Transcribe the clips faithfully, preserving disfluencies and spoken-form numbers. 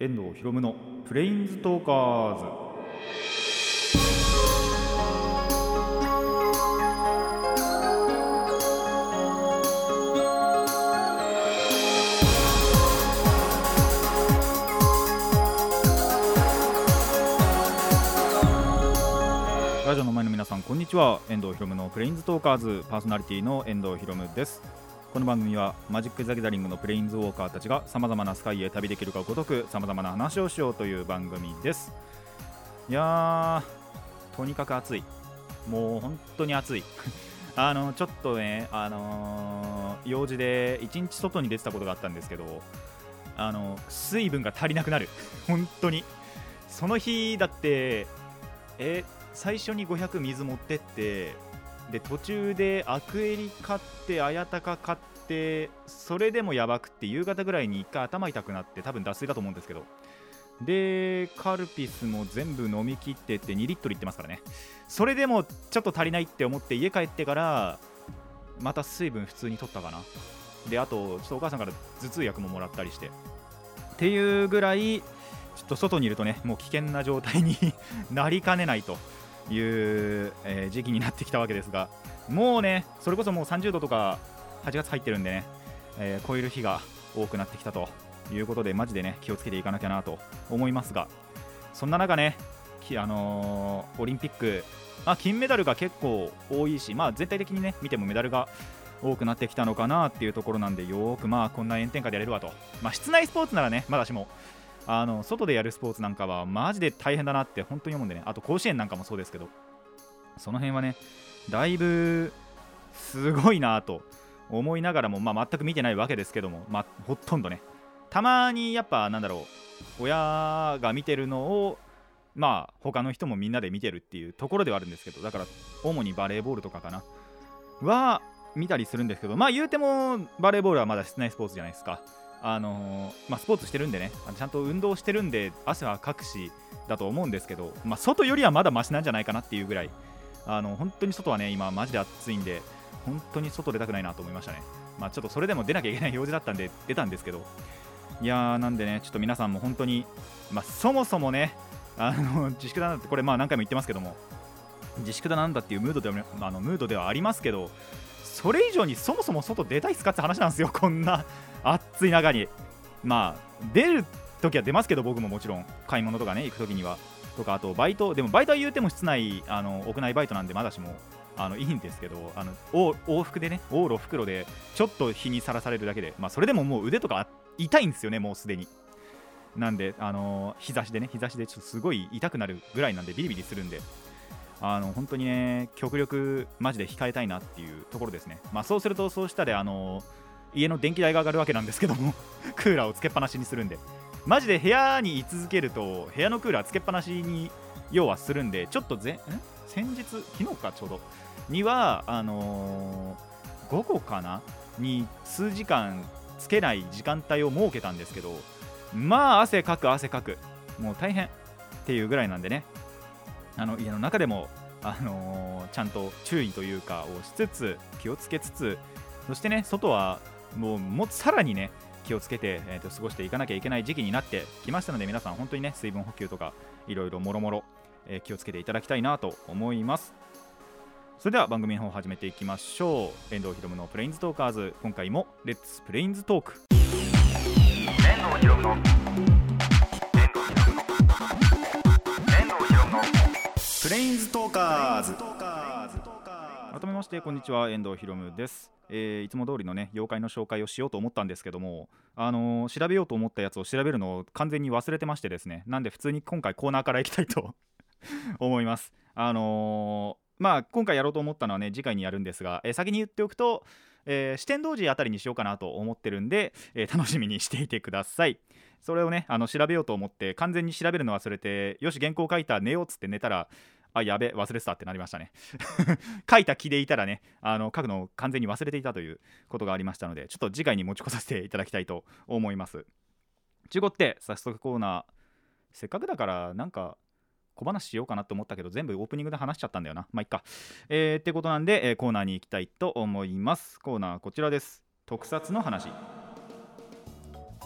遠藤ひろむのプレインズトーカーズ。ラジオの前の皆さんこんにちは。遠藤ひろむのプレインズトーカーズパーソナリティの遠藤ひろむです。この番組はマジック・ザ・ギャザリングのプレインズウォーカーたちがさまざまなスカイへ旅できるかごとくさまざまな話をしようという番組です。いやーとにかく暑い、もう本当に暑いあのちょっとね、あのー、用事で一日外に出てたことがあったんですけど、あの水分が足りなくなる本当に。その日だってえ最初にごひゃく水持ってって、で途中でアクエリ買って綾鷹買って、それでもやばくって夕方ぐらいに一回頭痛くなって、多分脱水だと思うんですけど、でカルピスも全部飲み切ってってにリットルいってますからね。それでもちょっと足りないって思って家帰ってからまた水分普通に取ったかな。であとちょっとお母さんから頭痛薬ももらったりしてっていうぐらい、ちょっと外にいるとねもう危険な状態になりかねないという、えー、時期になってきたわけですが、もうねそれこそもうさんじゅうどとかはちがつ入ってるんでね、えー、超える日が多くなってきたということで、マジでね気をつけていかなきゃなと思いますが、そんな中ね、あのー、オリンピック、まあ、金メダルが結構多いし、まあ、全体的にね見てもメダルが多くなってきたのかなっていうところなんで、よーくまあこんな炎天下でやれるわと。まあ、室内スポーツならねまだしも、あの外でやるスポーツなんかはマジで大変だなって本当に思うんでね。あと甲子園なんかもそうですけど、その辺はねだいぶすごいなと思いながらも、まあ、全く見てないわけですけども、まあ、ほとんどねたまにやっぱなんだろう、親が見てるのをまあ他の人もみんなで見てるっていうところではあるんですけど、だから主にバレーボールとかかなは見たりするんですけど、まあ言うてもバレーボールはまだ室内スポーツじゃないですか。あのーまあ、スポーツしてるんでね、ちゃんと運動してるんで汗はかくしだと思うんですけど、まあ、外よりはまだマシなんじゃないかなっていうぐらい、あの本当に外はね今マジで暑いんで、本当に外出たくないなと思いましたね。まあ、ちょっとそれでも出なきゃいけない用事だったんで出たんですけど、いやーなんでねちょっと皆さんも本当に、まあ、そもそもねあの自粛だなんて、これまあ何回も言ってますけども、自粛だなんだっていうムードでは、あのムードではありますけど、それ以上にそもそも外出たいっすかって話なんですよ。こんな暑い中に、まあ出るときは出ますけど、僕ももちろん買い物とかね行くときにはとか、あとバイトでもバイトは言うても室内、あの屋内バイトなんでまだしもあのいいんですけど、あの往復でね往路袋でちょっと日にさらされるだけで、まあ、それでももう腕とか痛いんですよね、もうすでに。なんであの日差しでね日差しでちょっとすごい痛くなるぐらいなんで、ビリビリするんで、あの本当にね極力マジで控えたいなっていうところですね。まあそうするとそうしたであの家の電気代が上がるわけなんですけどもクーラーをつけっぱなしにするんで、マジで部屋に居続けると部屋のクーラーつけっぱなしに要はするんで、ちょっとぜん先日昨日かちょうどにはあのー、午後かなに数時間つけない時間帯を設けたんですけど、まあ汗かく汗かくもう大変っていうぐらいなんでね、あの家の中でも、あのー、ちゃんと注意というかをしつつ気をつけつつ、そしてね外はもうもっとさらにね気をつけて、えー、と過ごしていかなきゃいけない時期になってきましたので、皆さん本当にね水分補給とかいろいろもろもろ気をつけていただきたいなと思います。それでは番組の方を始めていきましょう。遠藤ひろむのプレインズトーカーズ、今回もレッツプレインズトーク。遠藤ひろむのプレインズトーカーズ。改めましてこんにちは、遠藤ひろむです。えー、いつも通りのね妖怪の紹介をしようと思ったんですけども、あのー、調べようと思ったやつを調べるのを完全に忘れてましてですね、なんで普通に今回コーナーからいきたいと思います。あのー、まあ今回やろうと思ったのはね次回にやるんですが、えー、先に言っておくと、えー、四天王寺あたりにしようかなと思ってるんで、えー、楽しみにしていてください。それをねあの調べようと思って完全に調べるの忘れて、よし原稿書いた寝ようっつって寝たら、あやべ忘れてたってなりましたね書いた気でいたらね、あの書くのを完全に忘れていたということがありましたので、ちょっと次回に持ち越させていただきたいと思います。ちゅうことで早速コーナー、せっかくだからなんか小話しようかなと思ったけど全部オープニングで話しちゃったんだよな。まあいっか、えー、ってことなんで、えー、コーナーに行きたいと思います。コーナーこちらです。特撮の話。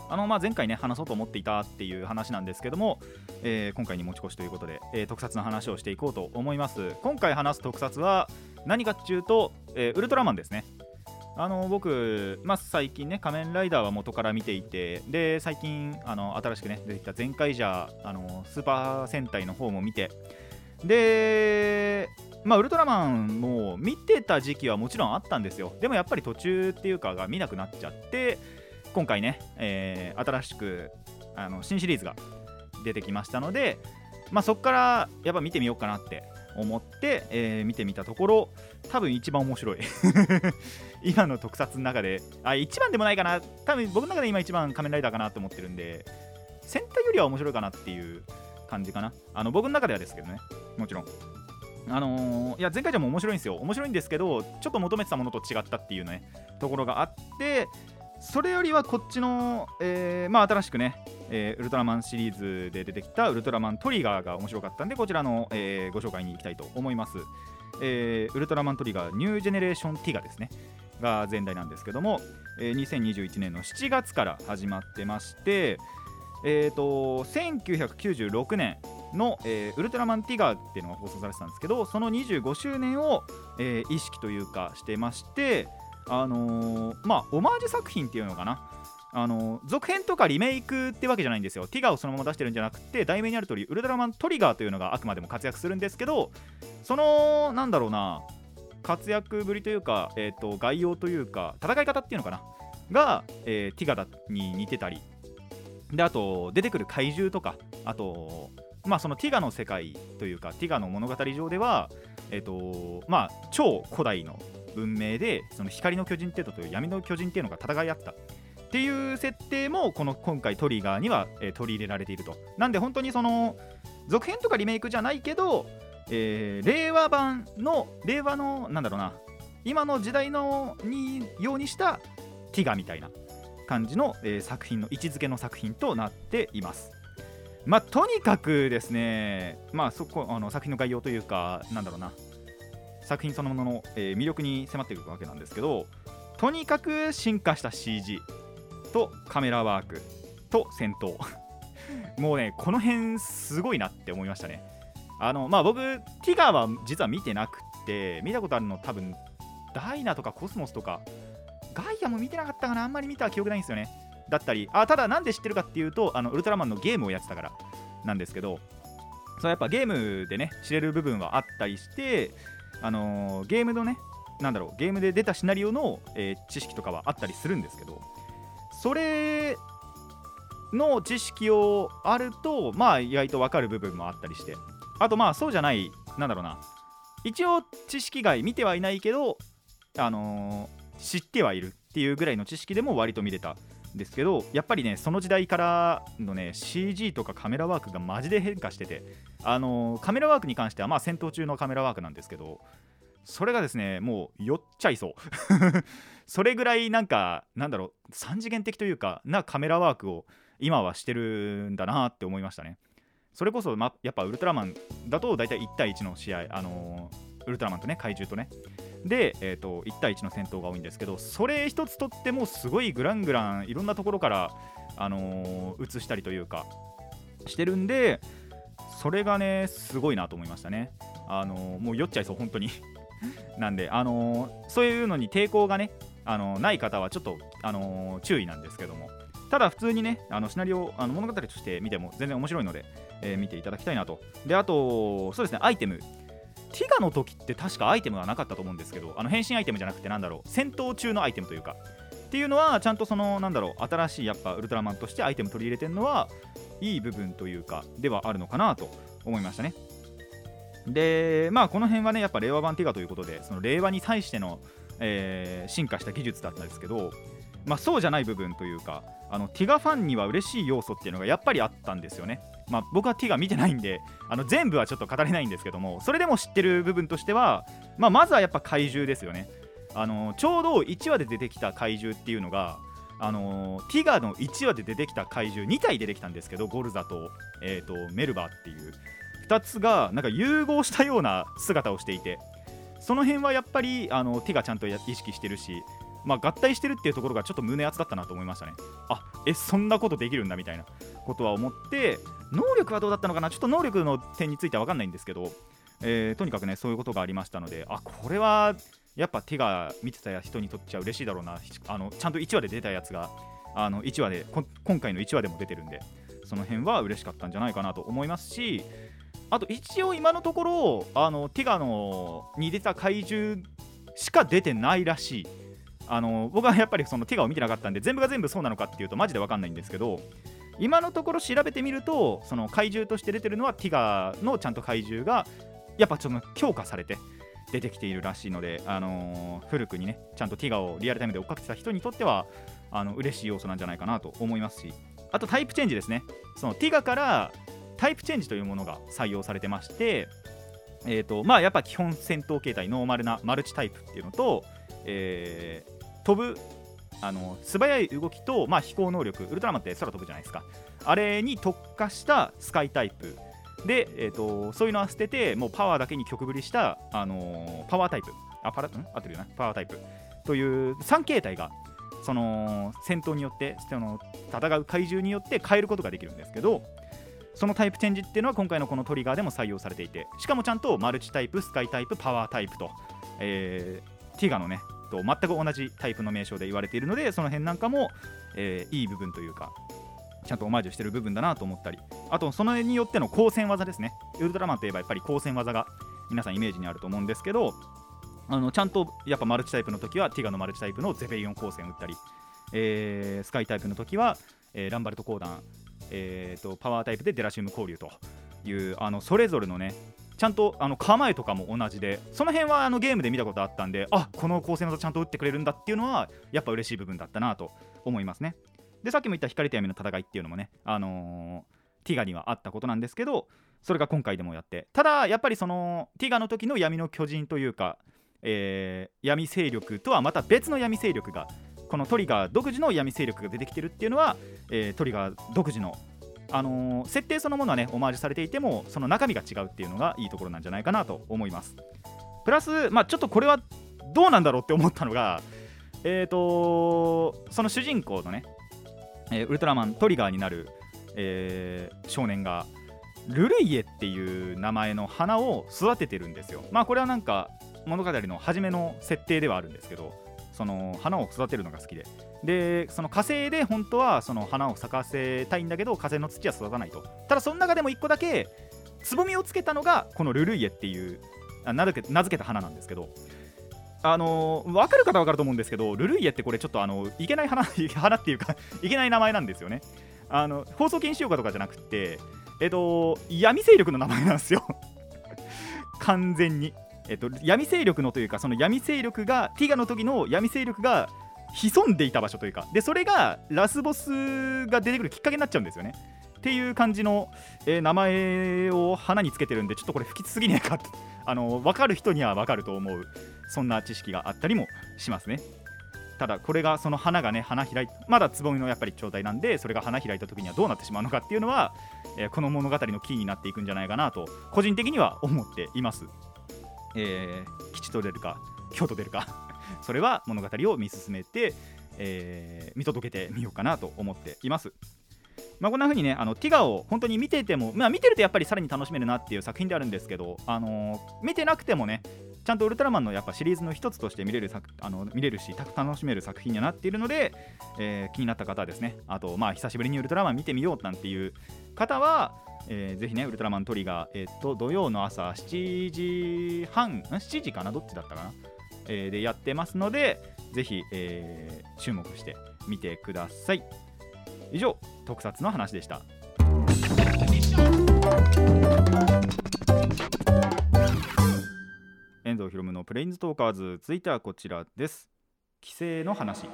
あのまあ前回ね話そうと思っていたっていう話なんですけども、えー、今回に持ち越しということで、えー、特撮の話をしていこうと思います。今回話す特撮は何かっていうと、えー、ウルトラマンですね。あの僕、まあ、最近ね仮面ライダーは元から見ていて、で最近あの新しくね出てきたゼンカイジャー、あのスーパー戦隊の方も見て、でまあウルトラマンも見てた時期はもちろんあったんですよ。でもやっぱり途中っていうかが見なくなっちゃって、今回ね、えー、新しくあの新シリーズが出てきましたので、まあ、そこからやっぱ見てみようかなって思って、えー、見てみたところ、多分一番面白い今の特撮の中で、あ一番でもないかな、多分僕の中で今一番仮面ライダーかなと思ってるんで、戦隊よりは面白いかなっていう感じかな。あの僕の中ではですけどね、もちろんあのー、いや前回じゃも面白いんですよ。面白いんですけど、ちょっと求めてたものと違ったっていうねところがあって、それよりはこっちの、えー、まあ新しくね、えー、ウルトラマンシリーズで出てきたウルトラマントリガーが面白かったんで、こちらの、えー、ご紹介に行きたいと思います。えー、ウルトラマントリガーニュージェネレーションティガですねが前題なんですけども、えー、にせんにじゅういちねんのしちがつから始まってまして、えーとせんきゅうひゃくきゅうじゅうろくねんの、えー、ウルトラマンティガーっていうのが放送されてたんですけど、そのにじゅうごしゅうねんを、えー、意識というかしてまして、あのー、まあオマージュ作品っていうのかな、あのー、続編とかリメイクってわけじゃないんですよ。ティガーをそのまま出してるんじゃなくて、題名にある通りウルトラマントリガーというのがあくまでも活躍するんですけど、そのなんだろうな活躍ぶりというか、えー、と概要というか戦い方っていうのかなが、えー、ティガーに似てたりで、あと出てくる怪獣とか、あとまあそのティガの世界というかティガの物語上では、えーとまあ超古代の文明でその光の巨人っていうのと闇の巨人っていうのが戦い合ったっていう設定もこの今回トリガーには、えー、取り入れられていると。なんで本当にその続編とかリメイクじゃないけど、えー、令和版の令和のなんだろうな今の時代のにようにしたティガみたいな感じの、えー、作品の位置づけの作品となっています。まあとにかくですね、まあそこあの作品の概要というかなんだろうな作品そのものの、えー、魅力に迫っていくわけなんですけど、とにかく進化した シージー とカメラワークと戦闘もうねこの辺すごいなって思いましたね。あのまあ僕ティガーは実は見てなくて、見たことあるの多分ダイナとかコスモスとかガイアも見てなかったかな、あんまり見た記憶ないんですよね。だったりあただなんで知ってるかっていうと、あのウルトラマンのゲームをやってたからなんですけど、そうやっぱゲームでね知れる部分はあったりして、あのー、ゲームのねなんだろうゲームで出たシナリオの、えー、知識とかはあったりするんですけど、それの知識をあるとまあ意外と分かる部分もあったりして、あとまあそうじゃないなんだろうな一応知識外見てはいないけど、あのー、知ってはいるっていうぐらいの知識でも割と見れたんですけど、やっぱりねその時代からのね シージー とかカメラワークがマジで変化してて、あのー、カメラワークに関してはまあ戦闘中のカメラワークなんですけど、それがですねもう酔っちゃいそうそれぐらいなんかなんだろう三次元的というかなカメラワークを今はしてるんだなって思いましたね。それこそ、ま、やっぱウルトラマンだと大体いち対いちの試合、あのー、ウルトラマンとね怪獣とねで、えー、といち対いちの戦闘が多いんですけど、それ一つとってもすごいグラングランいろんなところから、あのー、映したりというかしてるんで、それがねすごいなと思いましたね。あのー、もう酔っちゃいそう本当になんで、あのー、そういうのに抵抗がね、あのー、ない方はちょっと、あのー、注意なんですけども、ただ普通にねあのシナリオあの物語として見ても全然面白いので、えー、見ていただきたいなと。であとそうですねアイテム、ティガの時って確かアイテムはなかったと思うんですけど、あの変身アイテムじゃなくてなんだろう戦闘中のアイテムというかっていうのはちゃんとそのなんだろう新しいやっぱウルトラマンとしてアイテム取り入れてるのはいい部分というかではあるのかなと思いましたね。でまあこの辺はねやっぱ令和版ティガということで、その令和に対しての、えー、進化した技術だったんですけど、まあそうじゃない部分というか、あのティガファンには嬉しい要素っていうのがやっぱりあったんですよね。まあ僕はティガ見てないんであの全部はちょっと語れないんですけども、それでも知ってる部分としては、まあ、まずはやっぱ怪獣ですよね。あのちょうどいちわで出てきた怪獣っていうのが、あのティガのいちわで出てきた怪獣にたい出てきたんですけど、ゴルザと、えー、とメルバーっていうふたつがなんか融合したような姿をしていて、その辺はやっぱりあのティガちゃんと意識してるし、 まあ、合体してるっていうところがちょっと胸熱だったなと思いましたね。あえそんなことできるんだみたいなことは思って、能力はどうだったのかな、ちょっと能力の点については分かんないんですけど、えー、とにかくねそういうことがありましたので、あこれはやっぱ手が見てた人にとっちゃ嬉しいだろうな、あのちゃんといちわで出たやつがあのいちわで今回のいちわでも出てるんで、その辺は嬉しかったんじゃないかなと思いますし、あと一応今のところあのティガのに出た怪獣しか出てないらしい。あの僕はやっぱりそのティガを見てなかったんで全部が全部そうなのかっていうとマジで分かんないんですけど、今のところ調べてみるとその怪獣として出てるのはティガのちゃんと怪獣がやっぱちょっと強化されて出てきているらしいので、あのー、古くにねちゃんとティガをリアルタイムで追っかけてた人にとってはあの嬉しい要素なんじゃないかなと思いますし、あとタイプチェンジですね。そのティガからタイプチェンジというものが採用されてまして、えーとまあ、やっぱ基本戦闘形態ノーマルなマルチタイプっていうのと、えー飛ぶあの素早い動きと、まあ、飛行能力、ウルトラマンって空飛ぶじゃないですか、あれに特化したスカイタイプで、えー、とそういうのは捨ててもうパワーだけに曲振りした、あのー、パワータイプあパラん合ってるよなパワータイプというさん形態がその戦闘によってその戦う怪獣によって変えることができるんですけど、そのタイプチェンジっていうのは今回のこのトリガーでも採用されていて、しかもちゃんとマルチタイプ、スカイタイプ、パワータイプと、えー、ティガのねと全く同じタイプの名称で言われているので、その辺なんかも、えー、いい部分というかちゃんとオマージュしてる部分だなと思ったり、あとその辺によっての光線技ですね。ウルトラマンといえばやっぱり光線技が皆さんイメージにあると思うんですけど、あのちゃんとやっぱマルチタイプの時はティガのマルチタイプのゼベリオン光線を打ったり、えー、スカイタイプの時は、えー、ランバルト光弾、えー、とパワータイプでデラシウム交流というあのそれぞれのねちゃんとあの構えとかも同じで、その辺はあのゲームで見たことあったんで、あこの光線技ちゃんと打ってくれるんだっていうのはやっぱ嬉しい部分だったなと思いますね。でさっきも言った光と闇の戦いっていうのもね、あのー、ティガにはあったことなんですけど、それが今回でもやって、ただやっぱりそのティガの時の闇の巨人というか、えー、闇勢力とはまた別の闇勢力が、このトリガー独自の闇勢力が出てきてるっていうのは、えー、トリガー独自のあのー、設定そのものはねオマージュされていてもその中身が違うっていうのがいいところなんじゃないかなと思います。プラス、まあ、ちょっとこれはどうなんだろうって思ったのが、えーとその主人公のね、えー、ウルトラマントリガーになる、えー、少年がルルイエっていう名前の花を育ててるんですよ。まあこれはなんか物語の初めの設定ではあるんですけど、その花を育てるのが好きで、でその火星で本当はその花を咲かせたいんだけど火星の土は育たないと。ただその中でもいっこだけつぼみをつけたのがこのルルイエっていう名付け、名付けた花なんですけど、あのー、分かる方は分かると思うんですけど、ルルイエってこれちょっとあのいけない花花っていうかいけない名前なんですよね。あの放送禁止用語とかじゃなくて、えっと闇勢力の名前なんですよ完全に、えっと、闇勢力のというか、その闇勢力がティガの時の闇勢力が潜んでいた場所というかで、それがラスボスが出てくるきっかけになっちゃうんですよねっていう感じの、えー、名前を花につけてるんで、ちょっとこれ不吉すぎねえかってあの分かる人には分かると思う、そんな知識があったりもしますね。ただこれがその花がね花開いまだつぼみのやっぱり状態なんで、それが花開いた時にはどうなってしまうのかっていうのは、えー、この物語のキーになっていくんじゃないかなと個人的には思っています。えー、吉と出るか凶と出るかそれは物語を見進めて、えー、見届けてみようかなと思っています。まあ、こんな風にねあのティガを本当に見てても、まあ、見てるとやっぱりさらに楽しめるなっていう作品であるんですけど、あのー、見てなくてもねちゃんとウルトラマンのやっぱシリーズの一つとして見れる作あの見れるし楽しめる作品にはなっているので、えー、気になった方はですね、あとまあ久しぶりにウルトラマン見てみようなんていう方は、えー、ぜひねウルトラマントリガー、えー、っと土曜の朝しちじはんしちじかなどっちだったかな、えー、でやってますのでぜひ、えー、注目してみてください。以上特撮の話でした。遠藤ひろむのプレインズトーカーズ、続いてはこちらです。帰省の話。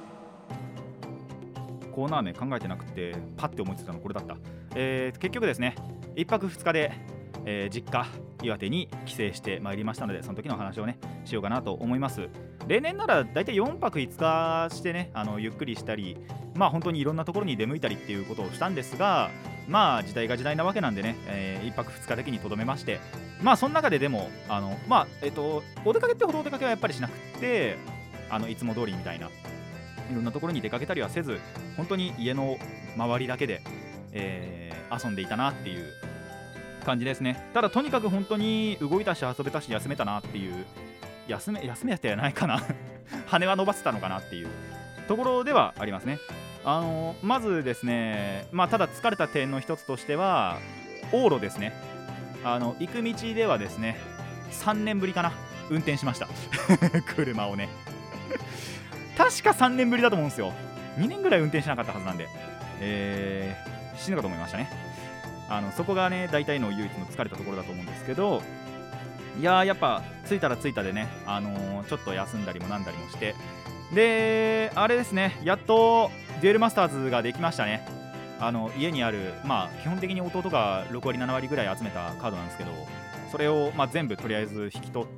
コーナー名考えてなくてパッて思いついたのこれだった、えー、結局ですねいっぱくふつかで、えー、実家岩手に帰省してまいりましたので、その時の話をねしようかなと思います。例年ならだいたいよんぱくいつかしてねあのゆっくりしたり、まあ本当にいろんなところに出向いたりっていうことをしたんですが、まあ時代が時代なわけなんでね、えー、いっぱくふつかだけにとどめまして、まあその中ででもあのまあえっとお出かけってほどお出かけはやっぱりしなくて、あのいつも通りみたいないろんなところに出かけたりはせず、本当に家の周りだけで、えー遊んでいたなっていう感じですね。ただとにかく本当に動いたし遊べたし休めたなっていう、休め休めてないかな羽は伸ばせたのかなっていうところではありますね。あのまずですね、まあただ疲れた点の一つとしては往路ですね。あの行く道ではですね、さんねんぶりかな、運転しました車をね確かさんねんぶりだと思うんですよ。にねんぐらい運転しなかったはずなんで、えー、死ぬかと思いましたね。あのそこがね大体の唯一の疲れたところだと思うんですけど、いやーやっぱ着いたら着いたでね、あのーちょっと休んだりもなんだりもして、であれですね、やっとデュエルマスターズができましたね。あの家にある、まあ基本的に弟がろくわりななわりぐらい集めたカードなんですけど、それを、まあ、全部とりあえず引き取って、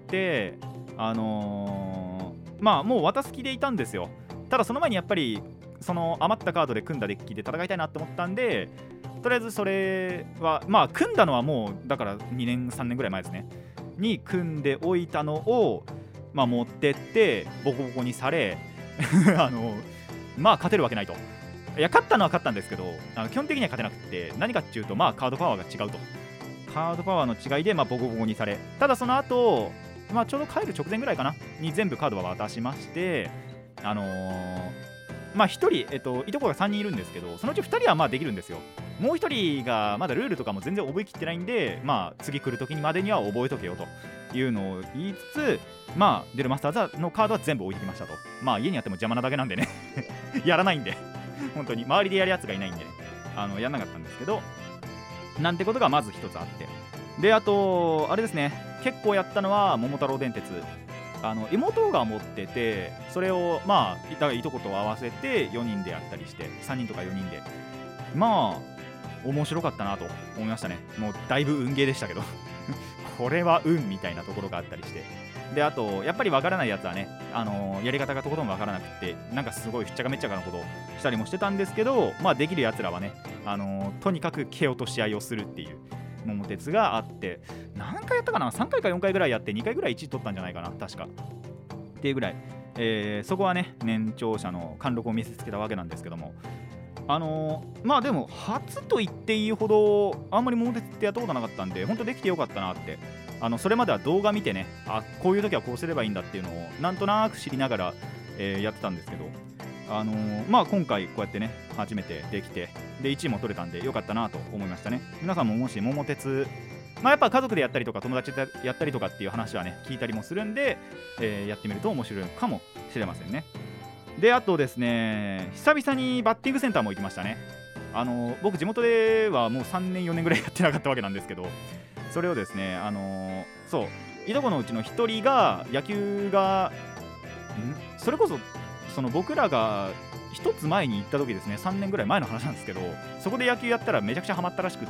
あのーまあもう渡す気でいたんですよ。ただその前にやっぱりその余ったカードで組んだデッキで戦いたいなと思ったんで、とりあえずそれはまあ組んだのはもうだからにねんさんねんぐらい前ですねに組んでおいたのを、まあ、持ってってボコボコにされあのまあ勝てるわけないと。いや勝ったのは勝ったんですけど、あの基本的には勝てなくて、何かっていうとまあカードパワーが違うと、カードパワーの違いでまあボコボコにされ、ただその後、まあちょうど帰る直前ぐらいかなに全部カードは渡しまして、あのーまあひとり、えっと、いとこがさんにんいるんですけど、そのうちふたりはまあできるんですよ。もうひとりがまだルールとかも全然覚えきってないんで、まあ次来る時にまでには覚えとけよというのを言いつつ、まあデュエルマスターズのカードは全部置いてきましたと。まあ家にあっても邪魔なだけなんでねやらないんで本当に周りでやるやつがいないんで、ね、あのやらなかったんですけど、なんてことがまず一つあって、であとあれですね、結構やったのは桃太郎電鉄。あの妹が持ってて、それをまあいたいとこと合わせてよにんでやったりして、さんにんとかよにんで、まあ面白かったなと思いましたね。もうだいぶ運ゲーでしたけどこれは運みたいなところがあったりして、であとやっぱりわからないやつはね、あのーやり方がとことんわからなくて、なんかすごいふっちゃかめっちゃかなことをしたりもしてたんですけど、まあできるやつらはね、あのーとにかく蹴落とし合いをするっていう桃鉄があって、何回やったかな、さんかいかよんかいぐらいやってにかいぐらいいちい取ったんじゃないかな確かっていうぐらい、えーそこはね年長者の貫禄を見せつけたわけなんですけども、あのーまあでも初と言っていいほどあんまり桃鉄ってやったことなかったんで、本当できてよかったなって。あのそれまでは動画見てね、あこういう時はこうすればいいんだっていうのをなんとなく知りながら、えーやってたんですけど、あのーまあ今回こうやってね初めてできて、でいちいも取れたんでよかったなと思いましたね。皆さんももし桃鉄、まあやっぱ家族でやったりとか友達でやったりとかっていう話はね聞いたりもするんで、えーやってみると面白いかもしれませんね。であとですね、久々にバッティングセンターも行きましたね。あのー僕地元ではもうさんねんよねんぐらいやってなかったわけなんですけど、それをですね、あのーそういとこのうちのひとりが野球がんそれこそその僕らが一つ前に行った時ですね、さんねんぐらい前の話なんですけど、そこで野球やったらめちゃくちゃハマったらしくって、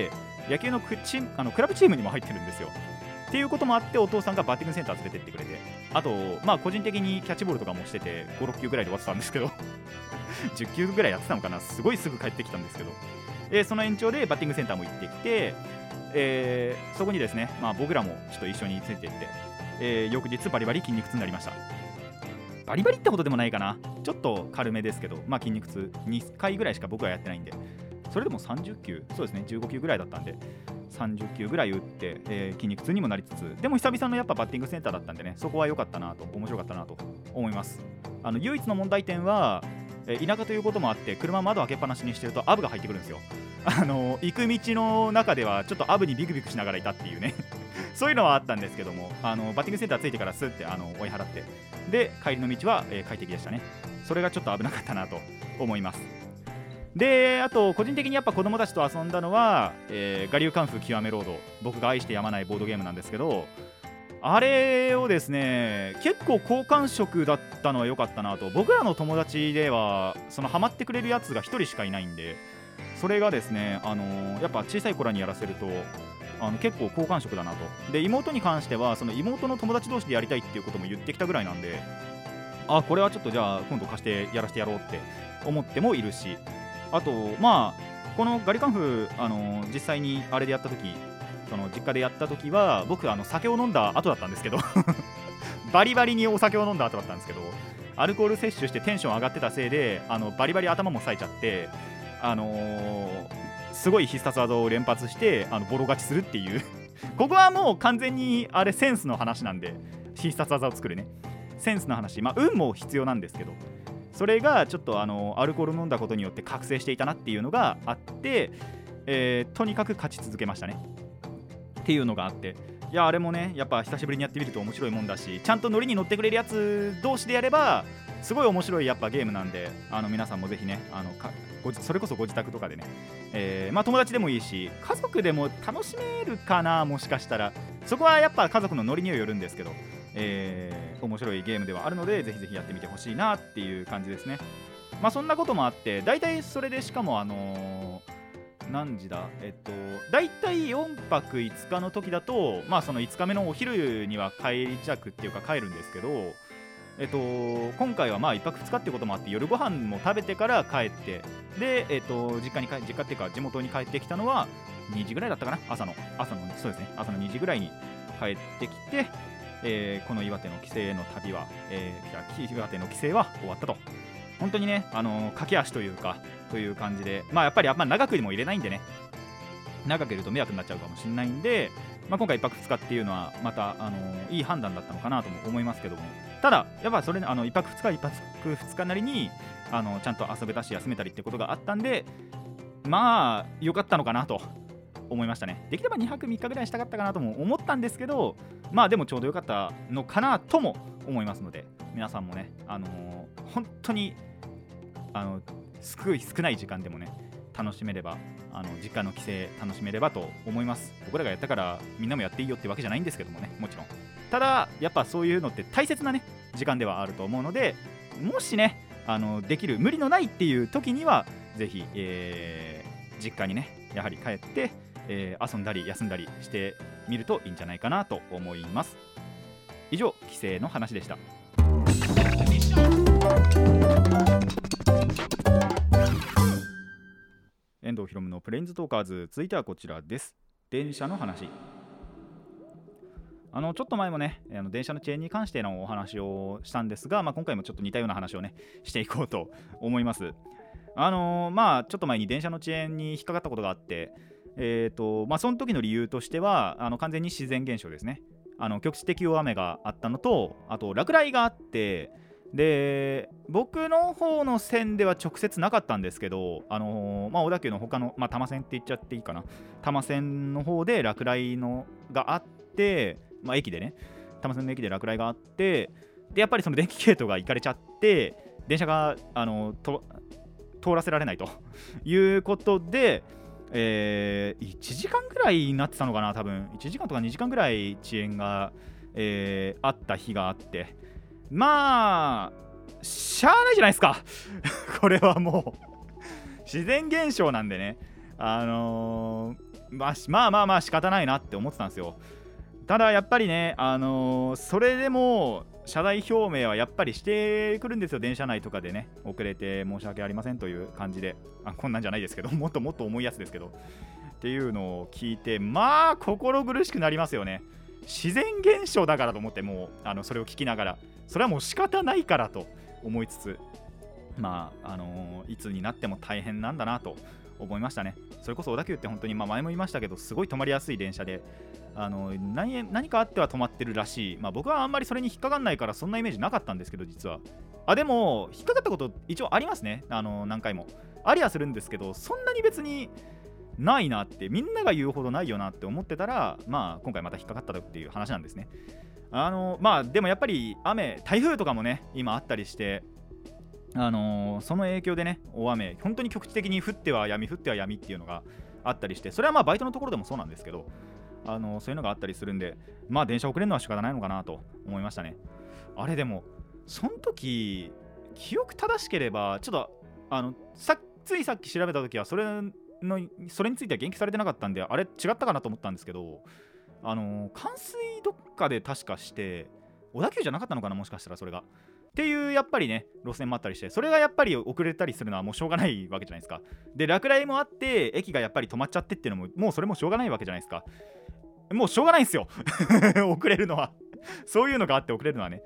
野球のクチあのクラブチームにも入ってるんですよ。っていうこともあってお父さんがバッティングセンター連れてってくれて、あとまあ個人的にキャッチボールとかもしててごろっきゅうぐらいで終わってたんですけどじゅっきゅうぐらいやってたのかな、すごいすぐ帰ってきたんですけど、えーその延長でバッティングセンターも行ってきて、えーそこにですね、まあ、僕らもちょっと一緒についていって、えー翌日バリバリ筋肉痛になりました。バリバリってことでもないかな、ちょっと軽めですけど、まあ筋肉痛にかいぐらいしか僕はやってないんで、それでもさんじゅっきゅう、そうですねじゅうごきゅうぐらいだったんでさんじゅっきゅうぐらい打って、えー筋肉痛にもなりつつ、でも久々のやっぱバッティングセンターだったんでね、そこは良かったなと、面白かったなと思います。あの唯一の問題点は、えー田舎ということもあって車窓開けっぱなしにしてるとアブが入ってくるんですよ。あの行く道の中ではちょっとアブにビクビクしながらいたっていうねそういうのはあったんですけども、あのバッティングセンターついてからスッてあの追い払って、で帰りの道は、えー快適でしたね。それがちょっと危なかったなと思います。であと個人的にやっぱ子供たちと遊んだのは、えー、我流カンフー極めロード、僕が愛してやまないボードゲームなんですけど、あれをですね結構好感触だったのは良かったなと。僕らの友達ではそのハマってくれるやつがひとりしかいないんで、それがですね、あのーやっぱ小さい頃にやらせるとあの結構好感触だなと。で妹に関してはその妹の友達同士でやりたいっていうことも言ってきたぐらいなんで、あこれはちょっとじゃあ今度貸してやらせてやろうって思ってもいるし、あとまあこのガリカンフ、あのー実際にあれでやった時、その実家でやった時は僕あの酒を飲んだ後だったんですけどバリバリにお酒を飲んだ後だったんですけど、 アルコール摂取してテンション上がってたせいであのバリバリ頭も冴えちゃって、あのー、すごい必殺技を連発してあのボロ勝ちするっていうここはもう完全にあれセンスの話なんで、必殺技を作るねセンスの話、まあ運も必要なんですけど、それがちょっとあのアルコール飲んだことによって覚醒していたなっていうのがあって、えー、とにかく勝ち続けましたねっていうのがあって、いやあれもねやっぱ久しぶりにやってみると面白いもんだし、ちゃんとノリに乗ってくれるやつ同士でやればすごい面白いやっぱゲームなんで、あの皆さんもぜひねあのかごそれこそご自宅とかでね、えー、まあ友達でもいいし家族でも楽しめるかな、もしかしたらそこはやっぱ家族のノリにはよるんですけど、えー、面白いゲームではあるのでぜひぜひやってみてほしいなっていう感じですね。まあそんなこともあって大体それで、しかもあのー、何時だえっと大体よんぱくいつかの時だと、まあそのいつかめのお昼には帰り着っていうか帰るんですけど、えっと今回はまあいっぱくふつかってこともあって夜ご飯も食べてから帰って、でえっと実家に帰実家っていうか地元に帰ってきたのはにじぐらいだったかな、朝の朝のそうですね朝のにじぐらいに帰ってきて、えー、この岩手の帰省の旅は、えー、岩手の帰省は終わったと。本当にね、あのー、駆け足というかという感じで、まあやっぱりあんま長くにも入れないんでね、長くいると迷惑になっちゃうかもしれないんで、まあ、今回いっぱくふつかっていうのはまた、あのー、いい判断だったのかなとも思いますけども、ただやっぱそれ、ね、あのいっぱくふつかいっぱくふつかなりにあのちゃんと遊べたし休めたりってことがあったんで、まあ良かったのかなと思いましたね。できればにはくみっかぐらいしたかったかなとも思ったんですけど、まあでもちょうど良かったのかなとも思いますので、皆さんもね、あのー、本当にあのすごい少ない時間でもね楽しめれば、あの実家の帰省楽しめればと思います。僕らがやったからみんなもやっていいよってわけじゃないんですけどもね、もちろん。ただやっぱそういうのって大切なね時間ではあると思うので、もしねあのできる無理のないっていう時にはぜひ、えー、実家にねやはり帰って、えー、遊んだり休んだりしてみるといいんじゃないかなと思います。以上、帰省の話でした。遠藤ひろむのプレインズトーカーズ、続いてはこちらです。電車の話。あのちょっと前もねあの電車の遅延に関してのお話をしたんですが、まあ、今回もちょっと似たような話をねしていこうと思います。あのー、まあちょっと前に電車の遅延に引っかかったことがあって、えーとまあ、その時の理由としてはあの完全に自然現象ですね。あの局地的大雨があったのと、あと落雷があって、で僕の方の線では直接なかったんですけど、あのーまあ、小田急の他の、まあ、多摩線って言っちゃっていいかな、多摩線の方で落雷のがあって、まあ、駅でね多摩線の駅で落雷があって、でやっぱりその電気系統がいかれちゃって電車があのと通らせられないということで、えー、いちじかんぐらいになってたのかな、多分いちじかんとかにじかんぐらい遅延が、えー、あった日があって、まあしゃあないじゃないですかこれはもう自然現象なんでね、あのー、まあまあまあまあ仕方ないなって思ってたんですよ。ただやっぱりね、あのー、それでも謝罪表明はやっぱりしてくるんですよ、電車内とかでね。遅れて申し訳ありませんという感じで、あこんなんじゃないですけど、もっともっと重いやつですけどっていうのを聞いて、まあ心苦しくなりますよね。自然現象だからと思って、もうあのそれを聞きながら、それはもう仕方ないからと思いつつ、まああのー、いつになっても大変なんだなと思いましたね。それこそ小田急って本当に、まあ、前も言いましたけど、すごい止まりやすい電車で、あの 何, 何かあっては止まってるらしい。まあ僕はあんまりそれに引っかかんないからそんなイメージなかったんですけど、実はあでも引っかかったこと一応ありますね。あの何回もありはするんですけど、そんなに別にないなって、みんなが言うほどないよなって思ってたら、まあ今回また引っかかったっていう話なんですね。あのまあでもやっぱり雨、台風とかもね今あったりして、あのー、その影響でね大雨本当に局地的に降っては闇降っては闇っていうのがあったりして、それはまあバイトのところでもそうなんですけど、あのー、そういうのがあったりするんで、まあ電車遅れるのは仕方ないのかなと思いましたね。あれでもその時記憶正しければ、ちょっとあのさついさっき調べた時はそれのそれについては言及されてなかったんで、あれ違ったかなと思ったんですけど、あのー、冠水どっかで確かして小田急じゃなかったのかな、もしかしたらそれがっていうやっぱりね路線もあったりして、それがやっぱり遅れたりするのはもうしょうがないわけじゃないですか。で落雷もあって駅がやっぱり止まっちゃってっていうのももうそれもしょうがないわけじゃないですか。もうしょうがないんですよ遅れるのはそういうのがあって遅れるのはね、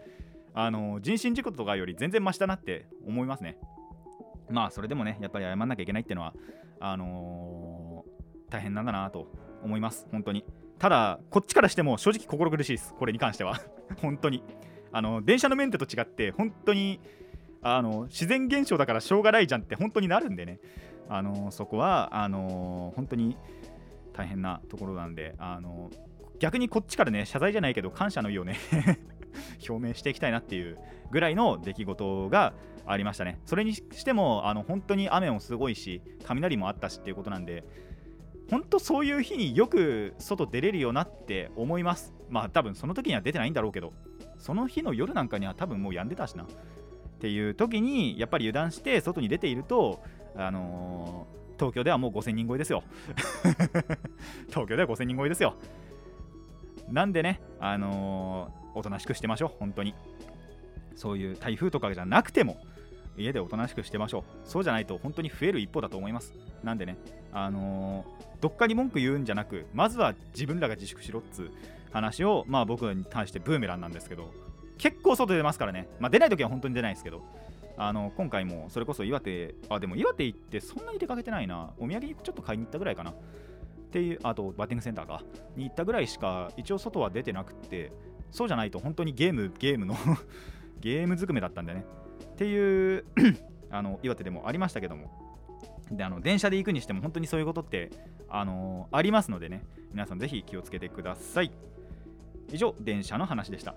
あの人身事故とかより全然マシだなって思いますね。まあそれでもねやっぱり謝んなきゃいけないっていうのはあのー、大変なんだなと思います本当に。ただこっちからしても正直心苦しいですこれに関しては本当にあの電車のメンテと違って本当にあの自然現象だからしょうがないじゃんって本当になるんでね、あのそこはあの本当に大変なところなんで、あの逆にこっちからね謝罪じゃないけど感謝の意をね表明していきたいなっていうぐらいの出来事がありましたね。それにしてもあの本当に雨もすごいし雷もあったしっていうことなんで、本当そういう日によく外出れるよなって思います。まあ多分その時には出てないんだろうけど、その日の夜なんかには多分もう止んでたしなっていう時にやっぱり油断して外に出ていると、あのー、東京ではもうごせんにん超えですよ東京ではごせんにん超えですよ。なんでね、あのー、おとなしくしてましょう。本当にそういう台風とかじゃなくても家でおとなしくしてましょう。そうじゃないと本当に増える一方だと思います。なんでね、あのー、どっかに文句言うんじゃなく、まずは自分らが自粛しろっつう話を、まあ僕に対してブーメランなんですけど、結構外出ますからね。まあ出ないときは本当に出ないですけど、あの今回もそれこそ岩手、あでも岩手行ってそんなに出かけてないな。お土産ちょっと買いに行ったぐらいかなっていう、あとバッティングセンターかに行ったぐらいしか一応外は出てなくて、そうじゃないと本当にゲームゲームのゲームずくめだったんでねっていうあの岩手でもありましたけども、であの電車で行くにしても本当にそういうことってあのー、ありますのでね、皆さんぜひ気をつけてください。以上電車の話でした。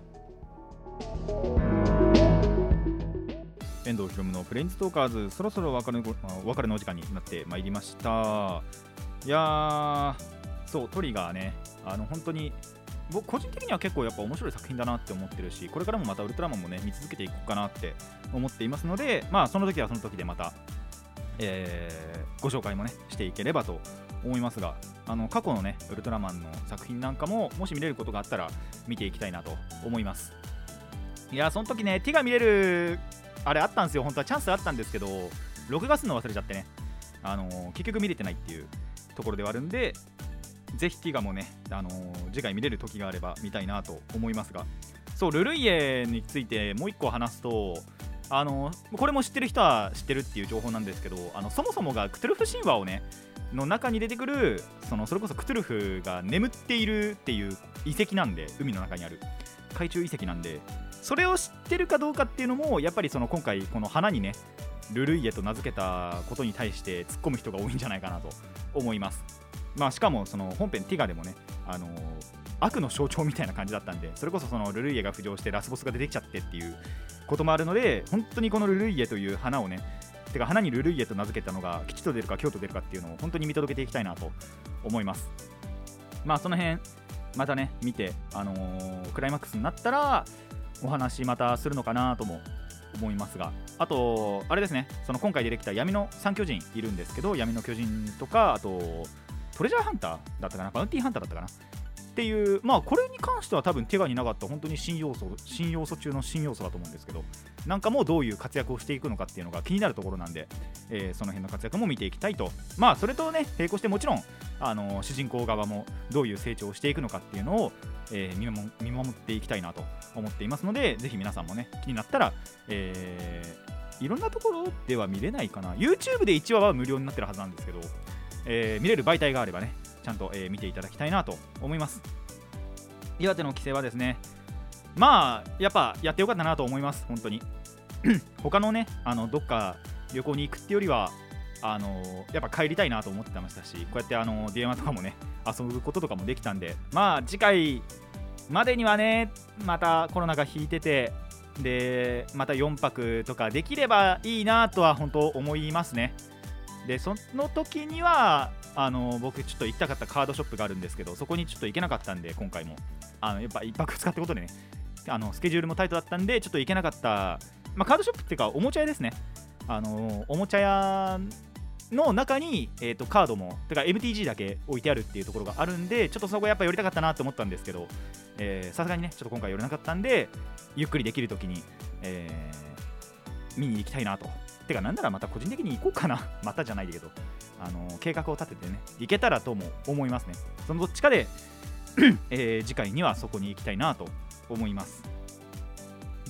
遠藤ひろむのプレインズトーカーズ、そろそろお別れの、お別れのお時間になってまいりました。いやーそうトリガーね、あの本当に僕個人的には結構やっぱ面白い作品だなって思ってるし、これからもまたウルトラマンもね見続けていこうかなって思っていますので、まあその時はその時でまた、えー、ご紹介もねしていければと思いますが、あの過去のねウルトラマンの作品なんかももし見れることがあったら見ていきたいなと思います。いやその時ね手が見れるあれあったんですよ。本当はチャンスあったんですけど録画するの忘れちゃってね、あのー、結局見れてないっていうところではあるんで、ぜひティガもね、あのー、次回見れる時があれば見たいなと思いますが、そうルルイエについてもう一個話すと、あのー、これも知ってる人は知ってるっていう情報なんですけど、あのそもそもがクトゥルフ神話をねの中に出てくる そのそれこそクトゥルフが眠っているっていう遺跡なんで、海の中にある海中遺跡なんで、それを知ってるかどうかっていうのもやっぱりその今回この花にねルルイエと名付けたことに対して突っ込む人が多いんじゃないかなと思います。まあしかもその本編ティガでもね、あのー、悪の象徴みたいな感じだったんで、それこそそのルルイエが浮上してラスボスが出てきちゃってっていうこともあるので、本当にこのルルイエという花をね、てか花にルルイエと名付けたのが吉と出るか凶と出るかっていうのを本当に見届けていきたいなと思います。まあその辺またね見て、あのー、クライマックスになったらお話またするのかなとも思いますが、あとあれですね、その今回出てきた闇の三巨人いるんですけど、闇の巨人とかあとトレジャーハンターだったかな、バウンティーハンターだったかなっていう、まあこれに関しては多分手がになかった本当に新要素新要素中の新要素だと思うんですけど、なんかもどういう活躍をしていくのかっていうのが気になるところなんで、えー、その辺の活躍も見ていきたいと。まあそれとね並行してもちろんあの主人公側もどういう成長をしていくのかっていうのを、えー、見守、見守っていきたいなと思っていますので、ぜひ皆さんもね気になったら、えー、いろんなところでは見れないかな、 YouTube でいちわは無料になってるはずなんですけど、えー、見れる媒体があればねちゃんと、えー、見ていただきたいなと思います。岩手の規制はですね、まあやっぱやってよかったなと思います。本当に他のねあのどっか旅行に行くってよりはあのやっぱ帰りたいなと思ってましたし、こうやってあの電話とかもね遊ぶこととかもできたんで、まあ次回までにはねまたコロナが引いてて、でまたよんぱくとかできればいいなとは本当思いますね。でその時にはあの僕ちょっと行きたかったカードショップがあるんですけど、そこにちょっと行けなかったんで、今回もあのやっぱいっぱくふつかってことでね、あのスケジュールもタイトだったんでちょっと行けなかった、まあ、カードショップっていうかおもちゃ屋ですね。あのおもちゃ屋の中に、えー、とカードもてか エムティージー だけ置いてあるっていうところがあるんで、ちょっとそこやっぱ寄りたかったなと思ったんですけど、さすがにねちょっと今回寄れなかったんで、ゆっくりできるときに、えー、見に行きたいなと。てかなんならまた個人的に行こうかなまたじゃないけど、あのー、計画を立ててね行けたらとも思いますね。そのどっちかで、えー、次回にはそこに行きたいなと思います。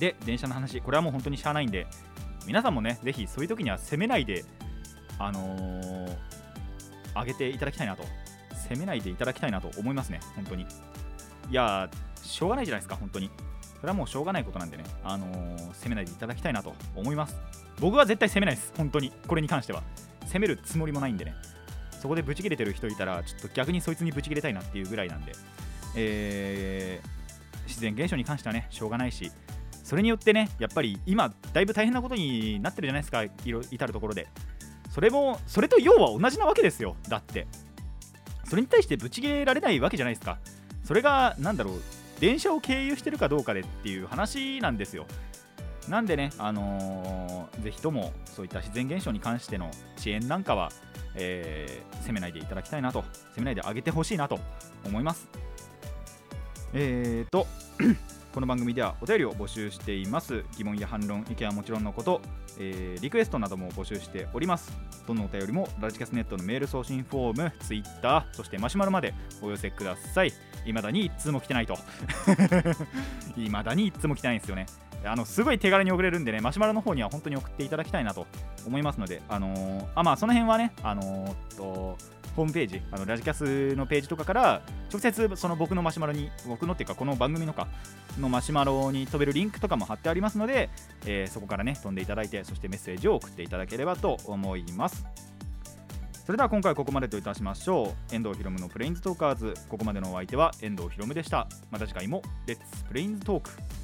で電車の話、これはもう本当にしゃあないんで、皆さんもねぜひそういう時には責めないであのー、上げていただきたいなと責めないでいただきたいなと思いますね。本当にいやしょうがないじゃないですか。本当にそれはもうしょうがないことなんでね、あのー、責めないでいただきたいなと思います。僕は絶対責めないです。本当にこれに関しては責めるつもりもないんでね。そこでブチ切れてる人いたらちょっと逆にそいつにブチ切れたいなっていうぐらいなんで、えー、自然現象に関してはねしょうがないし、それによってねやっぱり今だいぶ大変なことになってるじゃないですか。いろ至るところでそれもそれと要は同じなわけですよ。だってそれに対してブチ切れられないわけじゃないですか。それがなんだろう、電車を経由してるかどうかでっていう話なんですよ。なんでね、あのー、ぜひともそういった自然現象に関しての遅延なんかは、えー、責めないでいただきたいなと、責めないであげてほしいなと思います。えーとこの番組ではお便りを募集しています。疑問や反論、意見はもちろんのこと、えー、リクエストなども募集しております。どのお便りもラジキャスネットのメール送信フォーム、ツイッター、そしてマシュマロまでお寄せください。未だに一通も来てないと未だに一通も来てないんですよね。あのすごい手軽に送れるんでね、マシュマロの方には本当に送っていただきたいなと思いますので、あのー、あまあその辺はね、あのー、とホームページ、あのラジキャスのページとかから直接その僕のマシュマロに、僕のっていうかこの番組のかのマシュマロに飛べるリンクとかも貼ってありますので、えー、そこからね飛んでいただいて、そしてメッセージを送っていただければと思います。それでは今回はここまでといたしましょう。遠藤ひろむのプレインズトーカーズ、ここまでのお相手は遠藤ひろむでした。また次回もレッツプレインズトーク。